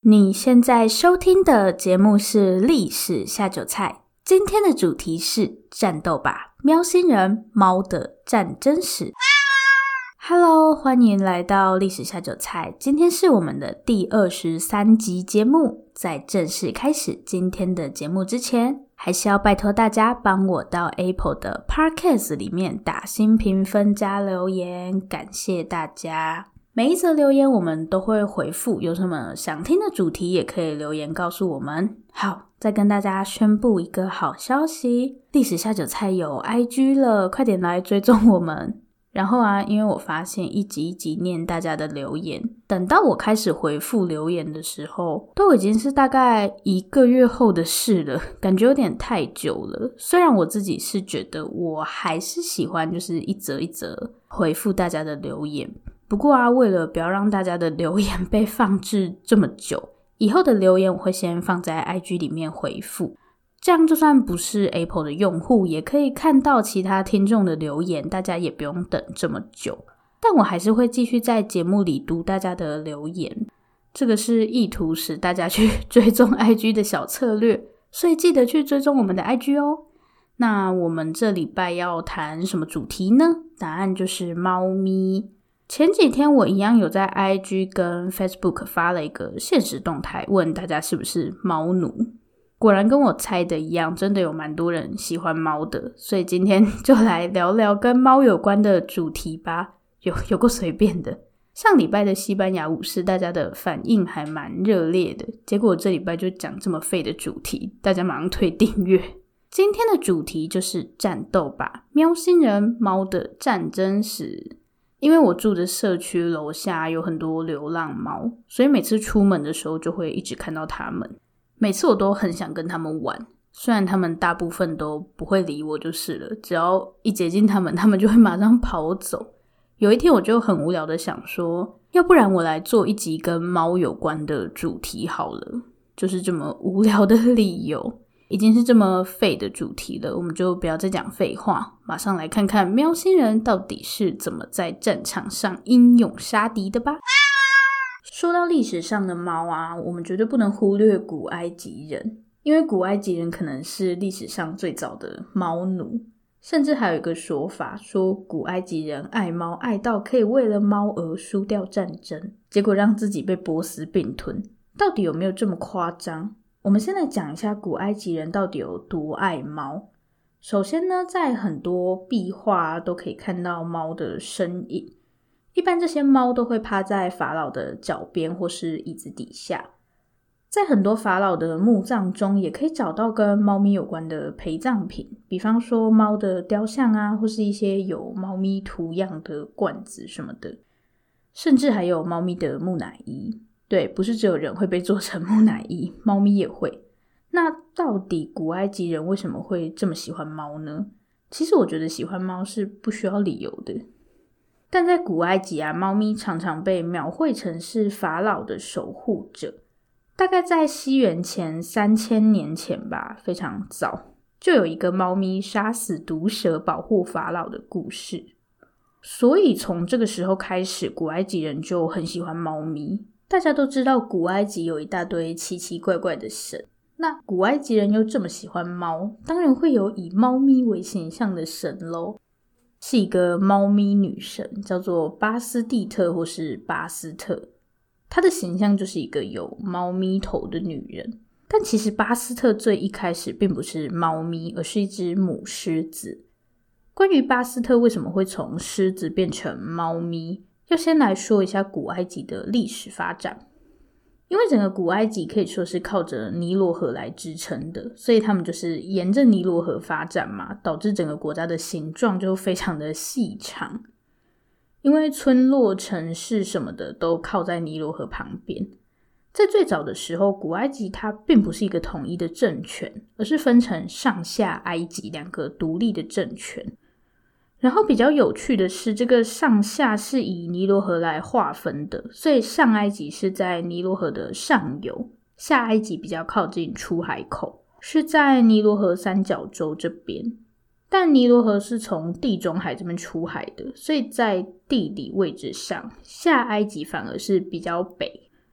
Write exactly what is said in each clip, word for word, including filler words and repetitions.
你现在收听的节目是历史下酒菜，今天的主题是战斗吧喵星人猫的战争史。Hello， 欢迎来到历史下酒菜，今天是我们的第二十三集节目。在正式开始今天的节目之前，还是要拜托大家帮我到 Apple 的 Podcast 里面打新评分加留言，感谢大家。每一则留言我们都会回复，有什么想听的主题也可以留言告诉我们。好，再跟大家宣布一个好消息，历史下酒菜有 I G 了，快点来追踪我们。然后啊，因为我发现一集一集念大家的留言，等到我开始回复留言的时候，都已经是大概一个月后的事了，感觉有点太久了。虽然我自己是觉得我还是喜欢就是一则一则回复大家的留言，不过啊，为了不要让大家的留言被放置这么久，以后的留言我会先放在 I G 里面回复，这样就算不是 Apple 的用户也可以看到其他听众的留言，大家也不用等这么久。但我还是会继续在节目里读大家的留言，这个是意图使大家去追踪 I G 的小策略，所以记得去追踪我们的 I G 哦。那我们这礼拜要谈什么主题呢？答案就是猫咪。前几天我一样有在 I G 跟 Facebook 发了一个限时动态，问大家是不是猫奴。果然跟我猜的一样，真的有蛮多人喜欢猫的，所以今天就来聊聊跟猫有关的主题吧。有有够随便的。上礼拜的西班牙武士大家的反应还蛮热烈的，结果这礼拜就讲这么废的主题，大家马上退订阅。今天的主题就是战斗吧喵星人猫的战争史。因为我住的社区楼下有很多流浪猫，所以每次出门的时候就会一直看到它们。每次我都很想跟他们玩，虽然他们大部分都不会理我就是了，只要一接近他们，他们就会马上跑走。有一天我就很无聊的想说，要不然我来做一集跟猫有关的主题好了，就是这么无聊的理由。已经是这么废的主题了，我们就不要再讲废话，马上来看看喵星人到底是怎么在战场上英勇杀敌的吧。说到历史上的猫啊，我们绝对不能忽略古埃及人，因为古埃及人可能是历史上最早的猫奴，甚至还有一个说法说古埃及人爱猫爱到可以为了猫而输掉战争，结果让自己被波斯并吞。到底有没有这么夸张？我们先来讲一下古埃及人到底有多爱猫。首先呢，在很多壁画都可以看到猫的身影，一般这些猫都会趴在法老的脚边或是椅子底下。在很多法老的墓葬中也可以找到跟猫咪有关的陪葬品，比方说猫的雕像啊，或是一些有猫咪图样的罐子什么的，甚至还有猫咪的木乃伊。对，不是只有人会被做成木乃伊，猫咪也会。那到底古埃及人为什么会这么喜欢猫呢？其实我觉得喜欢猫是不需要理由的。但在古埃及啊，猫咪常常被描绘成是法老的守护者。大概在西元前三千年前吧，非常早，就有一个猫咪杀死毒蛇保护法老的故事。所以从这个时候开始，古埃及人就很喜欢猫咪。大家都知道古埃及有一大堆奇奇怪怪的神，那古埃及人又这么喜欢猫，当然会有以猫咪为形象的神咯，是一个猫咪女神，叫做巴斯蒂特或是巴斯特。她的形象就是一个有猫咪头的女人，但其实巴斯特最一开始并不是猫咪，而是一只母狮子。关于巴斯特为什么会从狮子变成猫咪，要先来说一下古埃及的历史发展。因为整个古埃及可以说是靠着尼罗河来支撑的，所以他们就是沿着尼罗河发展嘛，导致整个国家的形状就非常的细长。因为村落城市什么的都靠在尼罗河旁边，在最早的时候，古埃及它并不是一个统一的政权，而是分成上下埃及两个独立的政权。然后比较有趣的是，这个上下是以尼罗河来划分的，所以上埃及是在尼罗河的上游，下埃及比较靠近出海口，是在尼罗河三角洲这边。但尼罗河是从地中海这边出海的，所以在地理位置上，下埃及反而是比较北。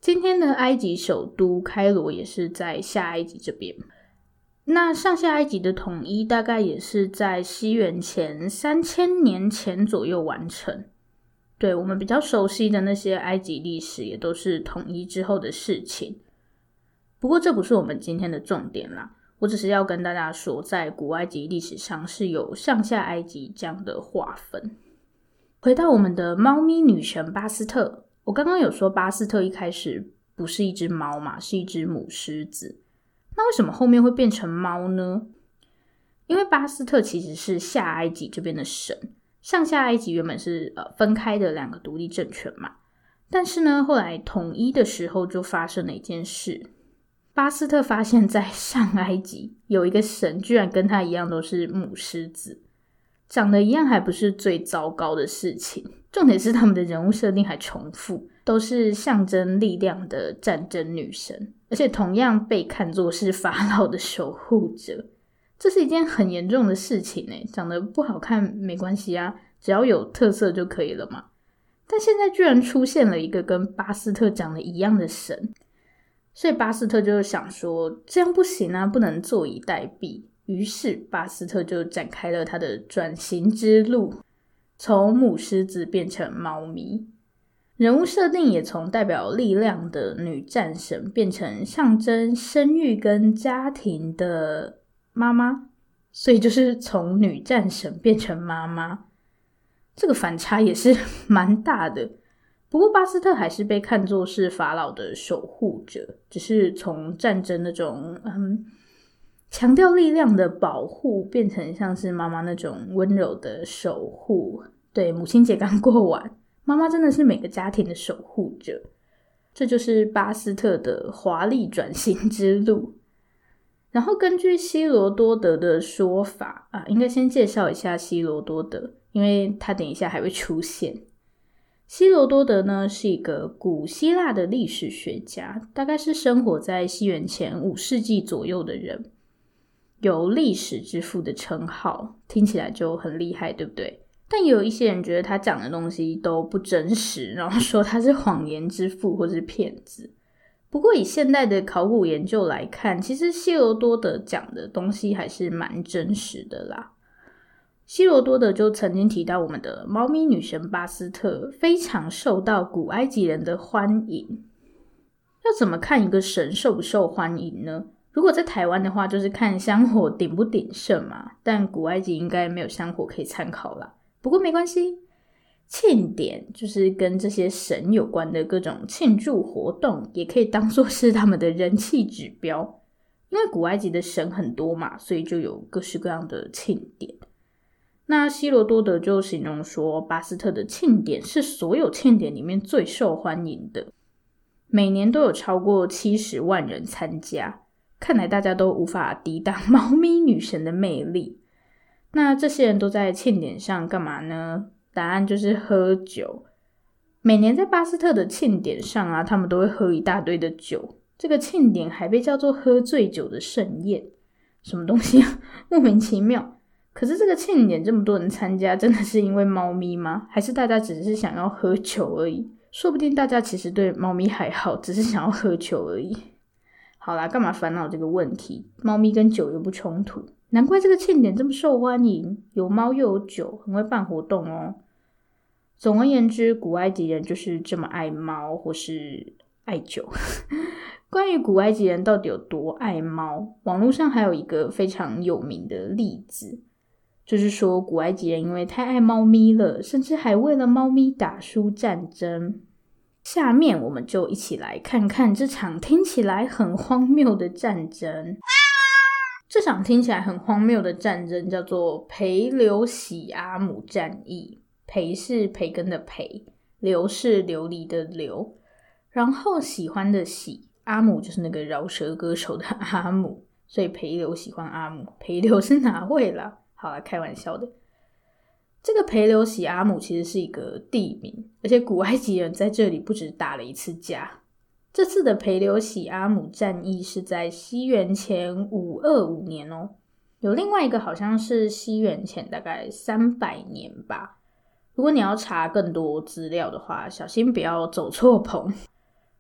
今天的埃及首都开罗也是在下埃及这边。那上下埃及的统一大概也是在西元前三千年前左右完成。对，我们比较熟悉的那些埃及历史也都是统一之后的事情。不过这不是我们今天的重点啦，我只是要跟大家说，在古埃及历史上是有上下埃及这样的划分。回到我们的猫咪女神巴斯特，我刚刚有说巴斯特一开始不是一只猫嘛，是一只母狮子。那为什么后面会变成猫呢？因为巴斯特其实是下埃及这边的神，上下埃及原本是呃分开的两个独立政权嘛，但是呢后来统一的时候就发生了一件事，巴斯特发现在上埃及有一个神居然跟他一样都是母狮子，长得一样还不是最糟糕的事情，重点是他们的人物设定还重复，都是象征力量的战争女神，而且同样被看作是法老的守护者。这是一件很严重的事情耶，长得不好看没关系啊，只要有特色就可以了嘛。但现在居然出现了一个跟巴斯特长得一样的神，所以巴斯特就想说这样不行啊，不能坐以待毙。于是巴斯特就展开了他的转型之路，从母狮子变成猫咪。人物设定也从代表力量的女战神变成象征生育跟家庭的妈妈，所以就是从女战神变成妈妈。这个反差也是蛮大的。不过巴斯特还是被看作是法老的守护者，只是从战争那种嗯强调力量的保护变成像是妈妈那种温柔的守护。对，母亲节刚过完，妈妈真的是每个家庭的守护者。这就是巴斯特的华丽转型之路。然后根据希罗多德的说法啊，应该先介绍一下希罗多德，因为他等一下还会出现。希罗多德呢是一个古希腊的历史学家，大概是生活在西元前五世纪左右的人，有历史之父的称号，听起来就很厉害，对不对？但也有一些人觉得他讲的东西都不真实，然后说他是谎言之父或是骗子。不过以现代的考古研究来看，其实希罗多德讲的东西还是蛮真实的啦。希罗多德就曾经提到我们的猫咪女神巴斯特非常受到古埃及人的欢迎。要怎么看一个神受不受欢迎呢？如果在台湾的话，就是看香火鼎不鼎盛嘛，但古埃及应该没有香火可以参考啦。不过没关系，庆典就是跟这些神有关的各种庆祝活动，也可以当作是他们的人气指标。因为古埃及的神很多嘛，所以就有各式各样的庆典。那希罗多德就形容说，巴斯特的庆典是所有庆典里面最受欢迎的，每年都有超过七十万人参加。看来大家都无法抵挡猫咪女神的魅力。那这些人都在庆典上干嘛呢？答案就是喝酒。每年在巴斯特的庆典上啊，他们都会喝一大堆的酒。这个庆典还被叫做喝醉酒的盛宴。什么东西啊？莫名其妙。可是这个庆典这么多人参加，真的是因为猫咪吗？还是大家只是想要喝酒而已？说不定大家其实对猫咪还好，只是想要喝酒而已。好啦，干嘛烦恼这个问题？猫咪跟酒又不冲突，难怪这个庆典这么受欢迎，有猫又有酒，很会办活动哦。总而言之，古埃及人就是这么爱猫或是爱酒。关于古埃及人到底有多爱猫，网络上还有一个非常有名的例子，就是说古埃及人因为太爱猫咪了，甚至还为了猫咪打输战争。下面我们就一起来看看这场听起来很荒谬的战争。这场听起来很荒谬的战争叫做培留喜阿姆战役。培是培根的培，琉是琉璃的琉，然后喜欢的喜，阿姆就是那个饶舌歌手的阿姆，所以培留喜欢阿姆。培留是哪位啦？好啦，开玩笑的。这个培留喜阿姆其实是一个地名，而且古埃及人在这里不止打了一次架。这次的培留喜阿姆战役是在西元前五二五年哦，有另外一个好像是西元前大概三百年吧。如果你要查更多资料的话，小心不要走错棚。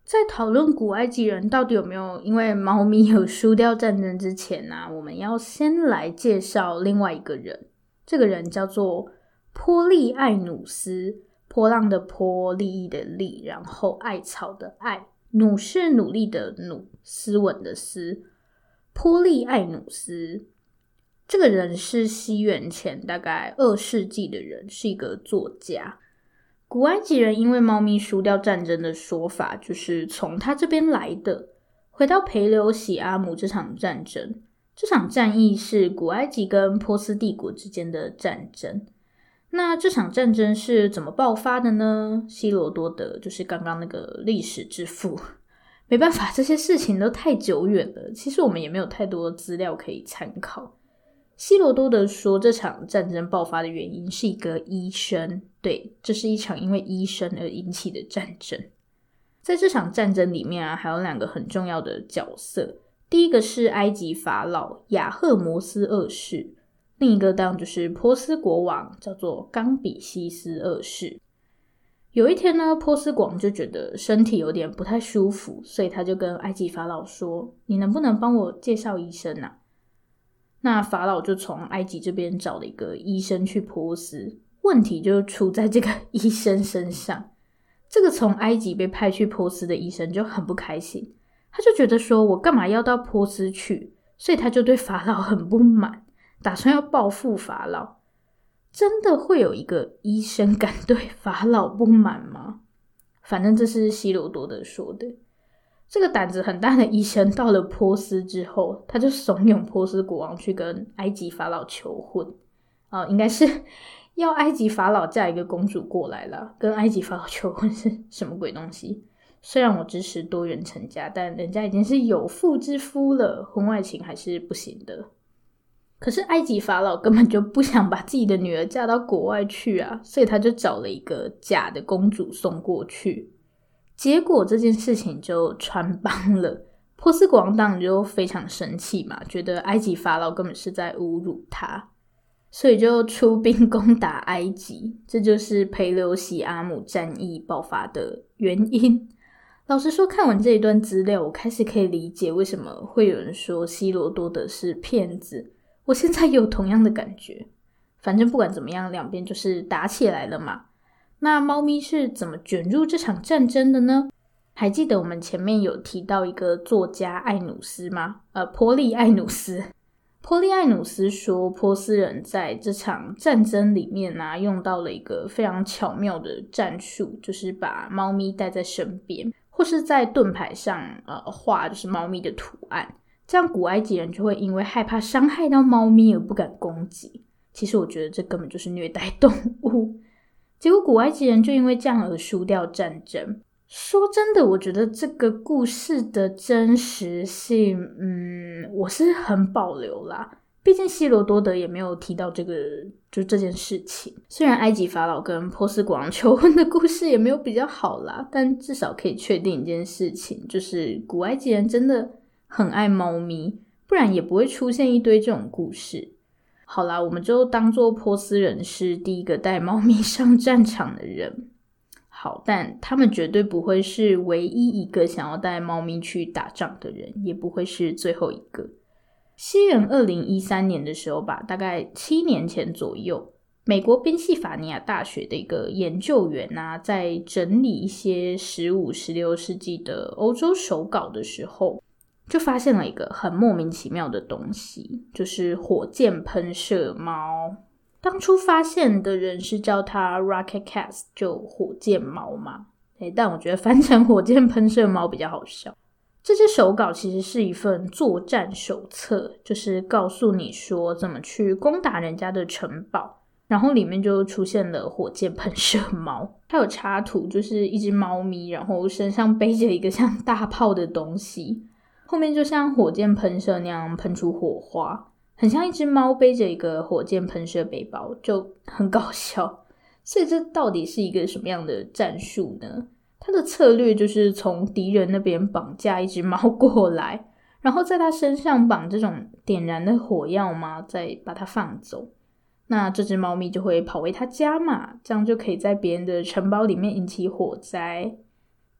在讨论古埃及人到底有没有因为猫咪有输掉战争之前啊，我们要先来介绍另外一个人。这个人叫做波利艾努斯，波浪的波，利益的利，然后艾草的艾，努是努力的努，斯文的斯。波利艾努斯这个人是西元前大概二世纪的人，是一个作家。古埃及人因为猫咪输掉战争的说法就是从他这边来的。回到裴留喜阿姆这场战争，这场战役是古埃及跟波斯帝国之间的战争。那这场战争是怎么爆发的呢？希罗多德就是刚刚那个历史之父，没办法，这些事情都太久远了，其实我们也没有太多资料可以参考。希罗多德说这场战争爆发的原因是一个医生，对，这是一场因为医生而引起的战争。在这场战争里面啊，还有两个很重要的角色，第一个是埃及法老亚赫摩斯二世，另一个当然就是波斯国王，叫做冈比西斯二世。有一天呢，波斯国王就觉得身体有点不太舒服，所以他就跟埃及法老说，你能不能帮我介绍医生啊？那法老就从埃及这边找了一个医生去波斯，问题就出在这个医生身上。这个从埃及被派去波斯的医生就很不开心，他就觉得说我干嘛要到波斯去，所以他就对法老很不满，打算要报复法老。真的会有一个医生敢对法老不满吗？反正这是希罗多德说的。这个胆子很大的医生到了波斯之后，他就怂恿波斯国王去跟埃及法老求婚、呃、应该是要埃及法老嫁一个公主过来啦，跟埃及法老求婚是什么鬼东西？虽然我支持多元成家，但人家已经是有妇之夫了，婚外情还是不行的。可是埃及法老根本就不想把自己的女儿嫁到国外去啊，所以他就找了一个假的公主送过去。结果这件事情就穿帮了，波斯国王当然就非常生气嘛，觉得埃及法老根本是在侮辱他，所以就出兵攻打埃及。这就是裴留喜阿姆战役爆发的原因。老实说，看完这一段资料，我开始可以理解为什么会有人说希罗多德是骗子。我现在也有同样的感觉，反正不管怎么样，两边就是打起来了嘛。那猫咪是怎么卷入这场战争的呢？还记得我们前面有提到一个作家艾努斯吗？呃，波利艾努斯。波利艾努斯说，波斯人在这场战争里面啊，用到了一个非常巧妙的战术，就是把猫咪带在身边，或是在盾牌上呃画就是猫咪的图案。这样古埃及人就会因为害怕伤害到猫咪而不敢攻击。其实我觉得这根本就是虐待动物。结果古埃及人就因为这样而输掉战争。说真的，我觉得这个故事的真实性，嗯，我是很保留啦。毕竟希罗多德也没有提到这个，就这件事情。虽然埃及法老跟波斯国王求婚的故事也没有比较好啦，但至少可以确定一件事情，就是古埃及人真的很爱猫咪，不然也不会出现一堆这种故事。好啦，我们就当作波斯人是第一个带猫咪上战场的人。好，但他们绝对不会是唯一一个想要带猫咪去打仗的人，也不会是最后一个。西元二零一三年的时候吧，大概七年前左右，美国宾夕法尼亚大学的一个研究员啊，在整理一些十五、十六世纪的欧洲手稿的时候，就发现了一个很莫名其妙的东西，就是火箭喷射猫。当初发现的人是叫它 Rocket Cats， 就火箭猫嘛，欸，但我觉得翻成火箭喷射猫比较好笑。这些手稿其实是一份作战手册，就是告诉你说怎么去攻打人家的城堡，然后里面就出现了火箭喷射猫。它有插图，就是一只猫咪，然后身上背着一个像大炮的东西，后面就像火箭喷射那样喷出火花，很像一只猫背着一个火箭喷射背包，就很搞笑。所以这到底是一个什么样的战术呢？他的策略就是从敌人那边绑架一只猫过来，然后在他身上绑这种点燃的火药嘛，再把它放走。那这只猫咪就会跑回他家嘛，这样就可以在别人的城堡里面引起火灾。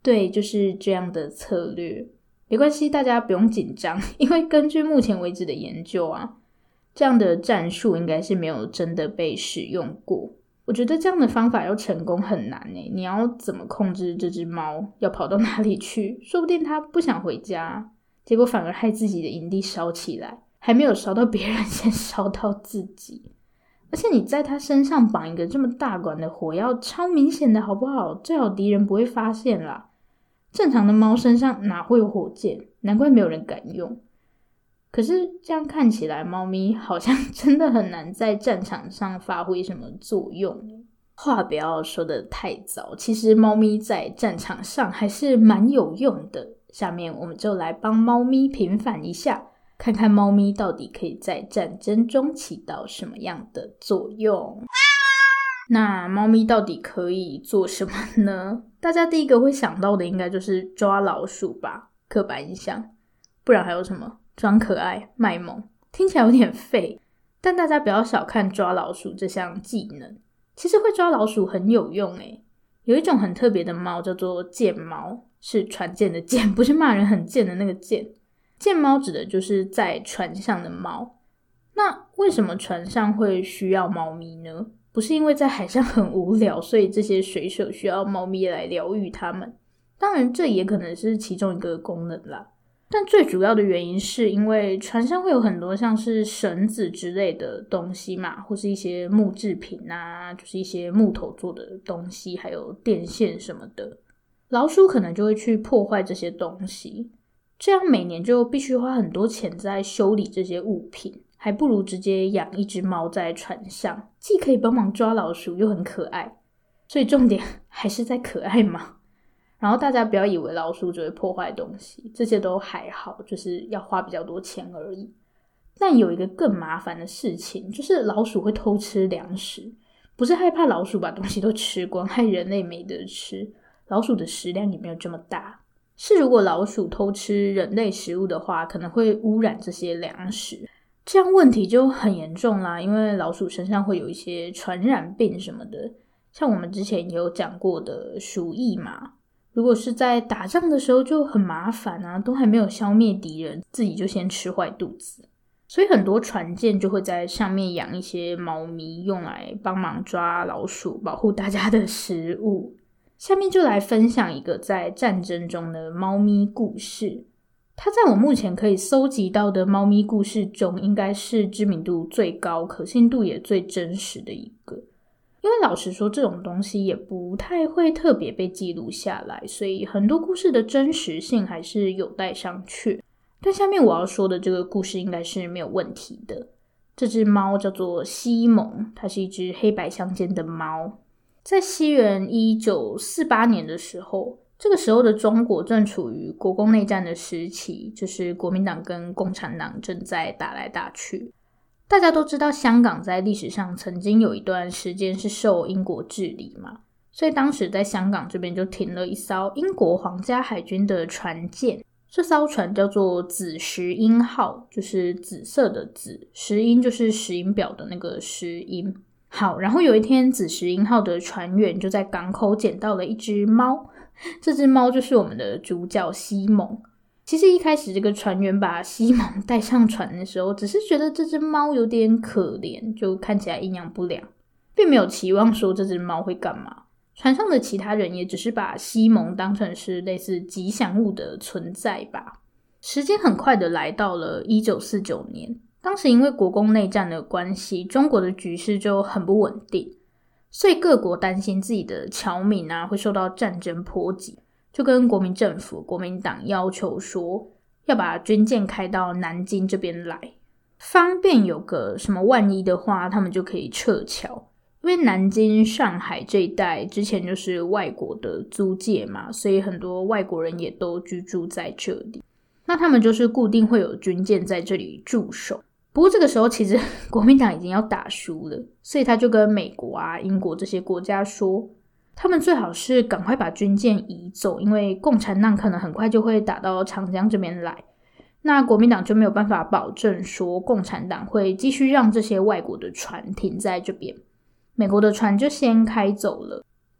对，就是这样的策略。没关系，大家不用紧张，因为根据目前为止的研究啊，这样的战术应该是没有真的被使用过。我觉得这样的方法要成功很难耶，你要怎么控制这只猫要跑到哪里去？说不定它不想回家，结果反而害自己的营地烧起来，还没有烧到别人，先烧到自己。而且你在它身上绑一个这么大管的火药，超明显的好不好？最好敌人不会发现啦。正常的猫身上哪会有火箭？难怪没有人敢用。可是这样看起来，猫咪好像真的很难在战场上发挥什么作用。话不要说得太早，其实猫咪在战场上还是蛮有用的。下面我们就来帮猫咪平反一下，看看猫咪到底可以在战争中起到什么样的作用。那猫咪到底可以做什么呢？大家第一个会想到的应该就是抓老鼠吧，刻板印象。不然还有什么？装可爱、卖萌，听起来有点废，但大家不要小看抓老鼠这项技能，其实会抓老鼠很有用耶。有一种很特别的猫叫做剑猫，是船舰的舰，不是骂人很贱的那个剑。剑猫指的就是在船上的猫。那为什么船上会需要猫咪呢？不是因为在海上很无聊，所以这些水手需要猫咪来疗愈他们。当然这也可能是其中一个功能啦，但最主要的原因是因为船上会有很多像是绳子之类的东西嘛，或是一些木制品啊，就是一些木头做的东西，还有电线什么的。老鼠可能就会去破坏这些东西，这样每年就必须花很多钱在修理这些物品，还不如直接养一只猫在船上，既可以帮忙抓老鼠又很可爱。所以重点还是在可爱嘛。然后大家不要以为老鼠只会破坏东西，这些都还好，就是要花比较多钱而已。但有一个更麻烦的事情，就是老鼠会偷吃粮食。不是害怕老鼠把东西都吃光，害人类没得吃，老鼠的食量也没有这么大。是如果老鼠偷吃人类食物的话，可能会污染这些粮食，这样问题就很严重啦，因为老鼠身上会有一些传染病什么的，像我们之前也有讲过的鼠疫嘛。如果是在打仗的时候就很麻烦啊，都还没有消灭敌人，自己就先吃坏肚子。所以很多船舰就会在上面养一些猫咪，用来帮忙抓老鼠，保护大家的食物。下面就来分享一个在战争中的猫咪故事。它在我目前可以搜集到的猫咪故事中，应该是知名度最高、可信度也最真实的一个。因为老实说，这种东西也不太会特别被记录下来，所以很多故事的真实性还是有待商榷。但下面我要说的这个故事应该是没有问题的。这只猫叫做西蒙，它是一只黑白相间的猫。在西元一九四八年的时候，这个时候的中国正处于国共内战的时期，就是国民党跟共产党正在打来打去。大家都知道香港在历史上曾经有一段时间是受英国治理嘛，所以当时在香港这边就停了一艘英国皇家海军的船舰，这艘船叫做紫石英号，就是紫色的紫，石英就是石英表的那个石英。好，然后有一天紫石英号的船员就在港口捡到了一只猫，这只猫就是我们的主角西蒙。其实一开始这个船员把西蒙带上船的时候，只是觉得这只猫有点可怜，就看起来营养不良，并没有期望说这只猫会干嘛。船上的其他人也只是把西蒙当成是类似吉祥物的存在吧。时间很快的来到了一九四九年，当时因为国共内战的关系，中国的局势就很不稳定，所以各国担心自己的侨民啊会受到战争波及，就跟国民政府、国民党要求说要把军舰开到南京这边来，方便有个什么万一的话，他们就可以撤侨。因为南京、上海这一带之前就是外国的租界嘛，所以很多外国人也都居住在这里。那他们就是固定会有军舰在这里驻守。不过这个时候其实国民党已经要打输了，所以他就跟美国啊、英国这些国家说，他们最好是赶快把军舰移走，因为共产党可能很快就会打到长江这边来。那国民党就没有办法保证说共产党会继续让这些外国的船停在这边。美国的船就先开走了。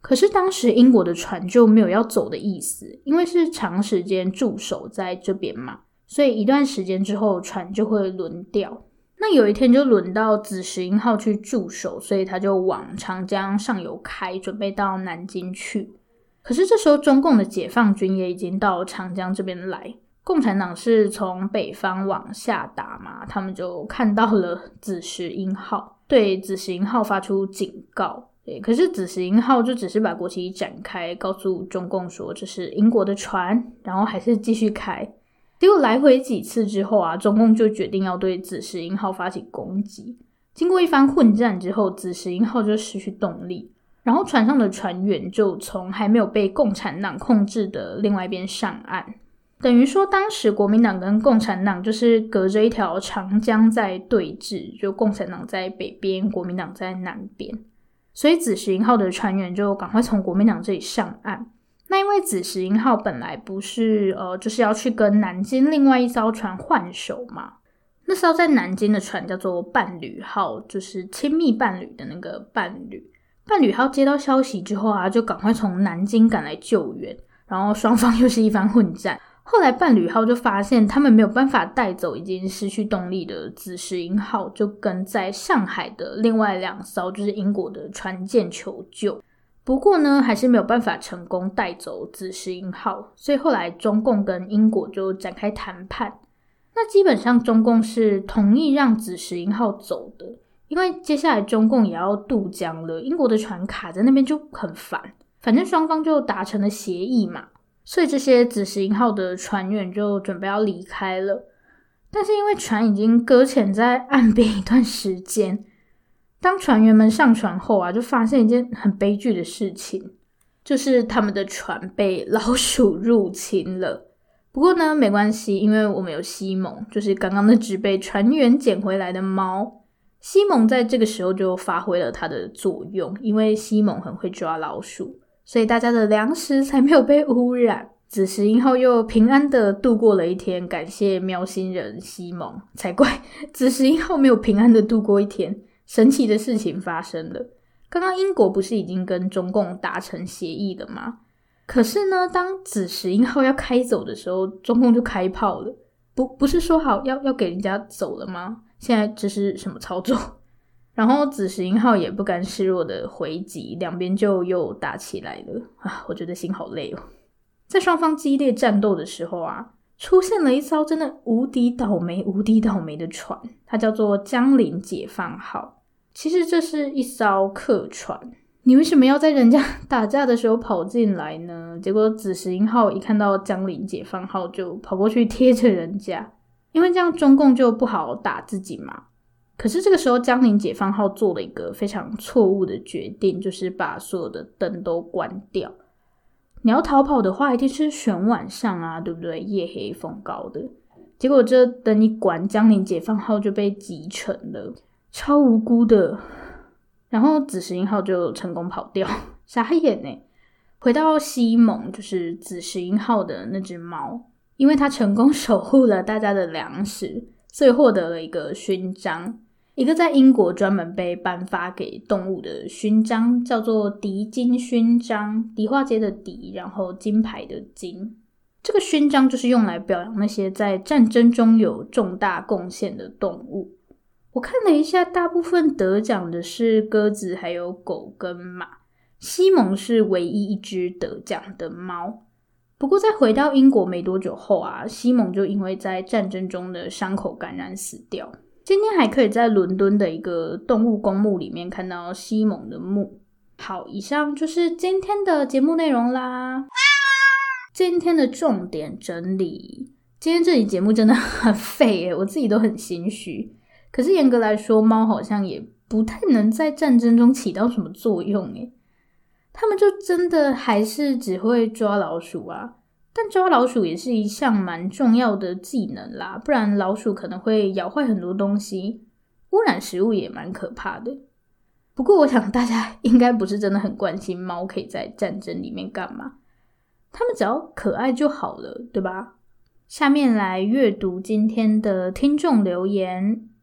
可是当时英国的船就没有要走的意思，因为是长时间驻守在这边嘛，所以一段时间之后船就会轮调。那有一天就轮到紫石英号去驻守，所以他就往长江上游开，准备到南京去。可是这时候中共的解放军也已经到长江这边来，共产党是从北方往下打嘛，他们就看到了紫石英号，对紫石英号发出警告。对，可是紫石英号就只是把国旗展开，告诉中共说这是英国的船，然后还是继续开。结果来回几次之后啊，中共就决定要对紫石英号发起攻击。经过一番混战之后，紫石英号就失去动力，然后船上的船员就从还没有被共产党控制的另外一边上岸。等于说当时国民党跟共产党就是隔着一条长江在对峙，就共产党在北边，国民党在南边。所以紫石英号的船员就赶快从国民党这里上岸。那因为紫石英号本来不是呃，就是要去跟南京另外一艘船换手嘛，那艘在南京的船叫做伴侣号，就是亲密伴侣的那个伴侣。伴侣号接到消息之后啊，就赶快从南京赶来救援，然后双方又是一番混战。后来伴侣号就发现他们没有办法带走已经失去动力的紫石英号，就跟在上海的另外两艘就是英国的船舰求救。不过呢，还是没有办法成功带走紫石英号，所以后来中共跟英国就展开谈判。那基本上中共是同意让紫石英号走的，因为接下来中共也要渡江了，英国的船卡在那边就很烦，反正双方就达成了协议嘛，所以这些紫石英号的船员就准备要离开了。但是因为船已经搁浅在岸边一段时间，当船员们上船后啊，就发现一件很悲剧的事情，就是他们的船被老鼠入侵了。不过呢，没关系，因为我们有西蒙，就是刚刚那只被船员捡回来的猫。西蒙在这个时候就发挥了它的作用，因为西蒙很会抓老鼠，所以大家的粮食才没有被污染。紫石英号又平安的度过了一天，感谢喵星人西蒙。才怪，紫石英号没有平安的度过一天，神奇的事情发生了。刚刚英国不是已经跟中共达成协议了吗？可是呢，当紫石英号要开走的时候，中共就开炮了。不不是说好要要给人家走了吗？现在这是什么操作？然后紫石英号也不甘示弱的回击，两边就又打起来了啊！我觉得心好累哦。在双方激烈战斗的时候啊，出现了一艘真的无敌倒霉无敌倒霉的船，它叫做江陵解放号。其实这是一艘客船，你为什么要在人家打架的时候跑进来呢？结果紫石英号一看到江陵解放号就跑过去贴着人家，因为这样中共就不好打自己嘛。可是这个时候江陵解放号做了一个非常错误的决定，就是把所有的灯都关掉。你要逃跑的话一定是选晚上啊，对不对？夜黑风高的。结果这灯一关，江陵解放号就被击沉了，超无辜的。然后紫石英号就成功跑掉，傻眼耶。回到西蒙，就是紫石英号的那只猫，因为它成功守护了大家的粮食，所以获得了一个勋章，一个在英国专门被颁发给动物的勋章，叫做迪金勋章，迪化街的迪，然后金牌的金。这个勋章就是用来表扬那些在战争中有重大贡献的动物。我看了一下，大部分得奖的是鸽子还有狗跟马，西蒙是唯一一只得奖的猫。不过在回到英国没多久后啊，西蒙就因为在战争中的伤口感染死掉。今天还可以在伦敦的一个动物公墓里面看到西蒙的墓。好，以上就是今天的节目内容啦。今天的重点整理，今天这集节目真的很废耶，我自己都很心虚。可是严格来说，猫好像也不太能在战争中起到什么作用耶。他们就真的还是只会抓老鼠啊。但抓老鼠也是一项蛮重要的技能啦，不然老鼠可能会咬坏很多东西，污染食物也蛮可怕的。不过我想大家应该不是真的很关心猫可以在战争里面干嘛，它们只要可爱就好了，对吧？下面来阅读今天的听众留言。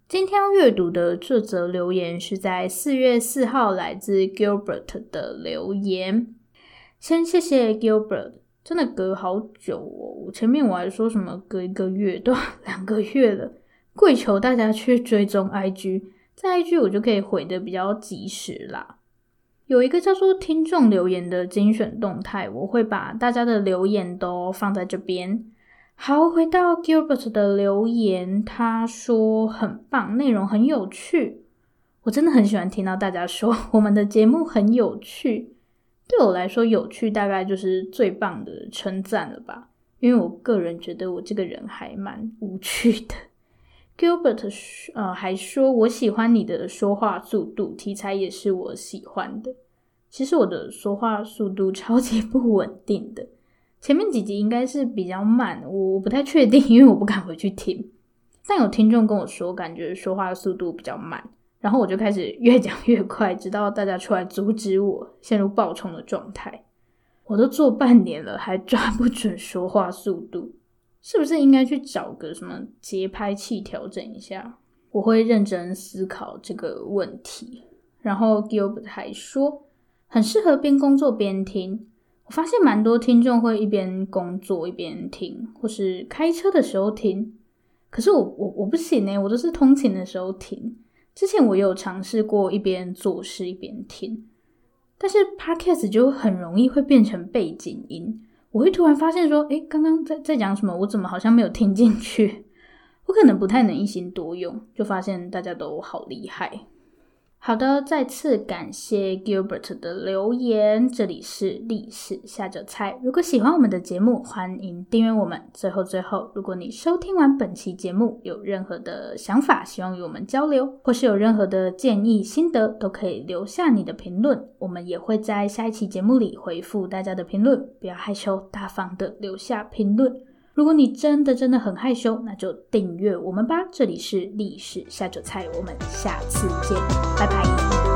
今天要阅读的这则留言是在四月四号来自 Gilbert 的留言。先谢谢 Gilbert， 真的隔好久哦，前面我还说什么隔一个月，都两个月了，跪求大家去追踪 I G， 在 I G 我就可以回的比较及时啦。有一个叫做听众留言的精选动态，我会把大家的留言都放在这边。好，回到 Gilbert 的留言，他说很棒，内容很有趣。我真的很喜欢听到大家说我们的节目很有趣，对我来说有趣大概就是最棒的称赞了吧，因为我个人觉得我这个人还蛮无趣的。Gilbert 呃还说我喜欢你的说话速度，题材也是我喜欢的。其实我的说话速度超级不稳定的，前面几集应该是比较慢，我不太确定，因为我不敢回去听。但有听众跟我说感觉说话速度比较慢，然后我就开始越讲越快，直到大家出来阻止我，陷入爆冲的状态。我都做半年了还抓不准说话速度，是不是应该去找个什么节拍器调整一下？我会认真思考这个问题。然后 Gilbert 还说很适合边工作边听，我发现蛮多听众会一边工作一边听，或是开车的时候听。可是我我我不行欸，我都是通勤的时候听。之前我有尝试过一边做事一边听，但是 Podcast 就很容易会变成背景音，我会突然发现说诶刚刚在在讲什么，我怎么好像没有听进去。我可能不太能一心多用，就发现大家都好厉害。好的，再次感谢 Gilbert 的留言，这里是历史下酒菜。如果喜欢我们的节目，欢迎订阅我们。最后最后，如果你收听完本期节目有任何的想法，希望与我们交流，或是有任何的建议心得，都可以留下你的评论，我们也会在下一期节目里回复大家的评论。不要害羞，大方的留下评论。如果你真的真的很害羞，那就订阅我们吧。这里是历史下酒菜，我们下次见，拜拜。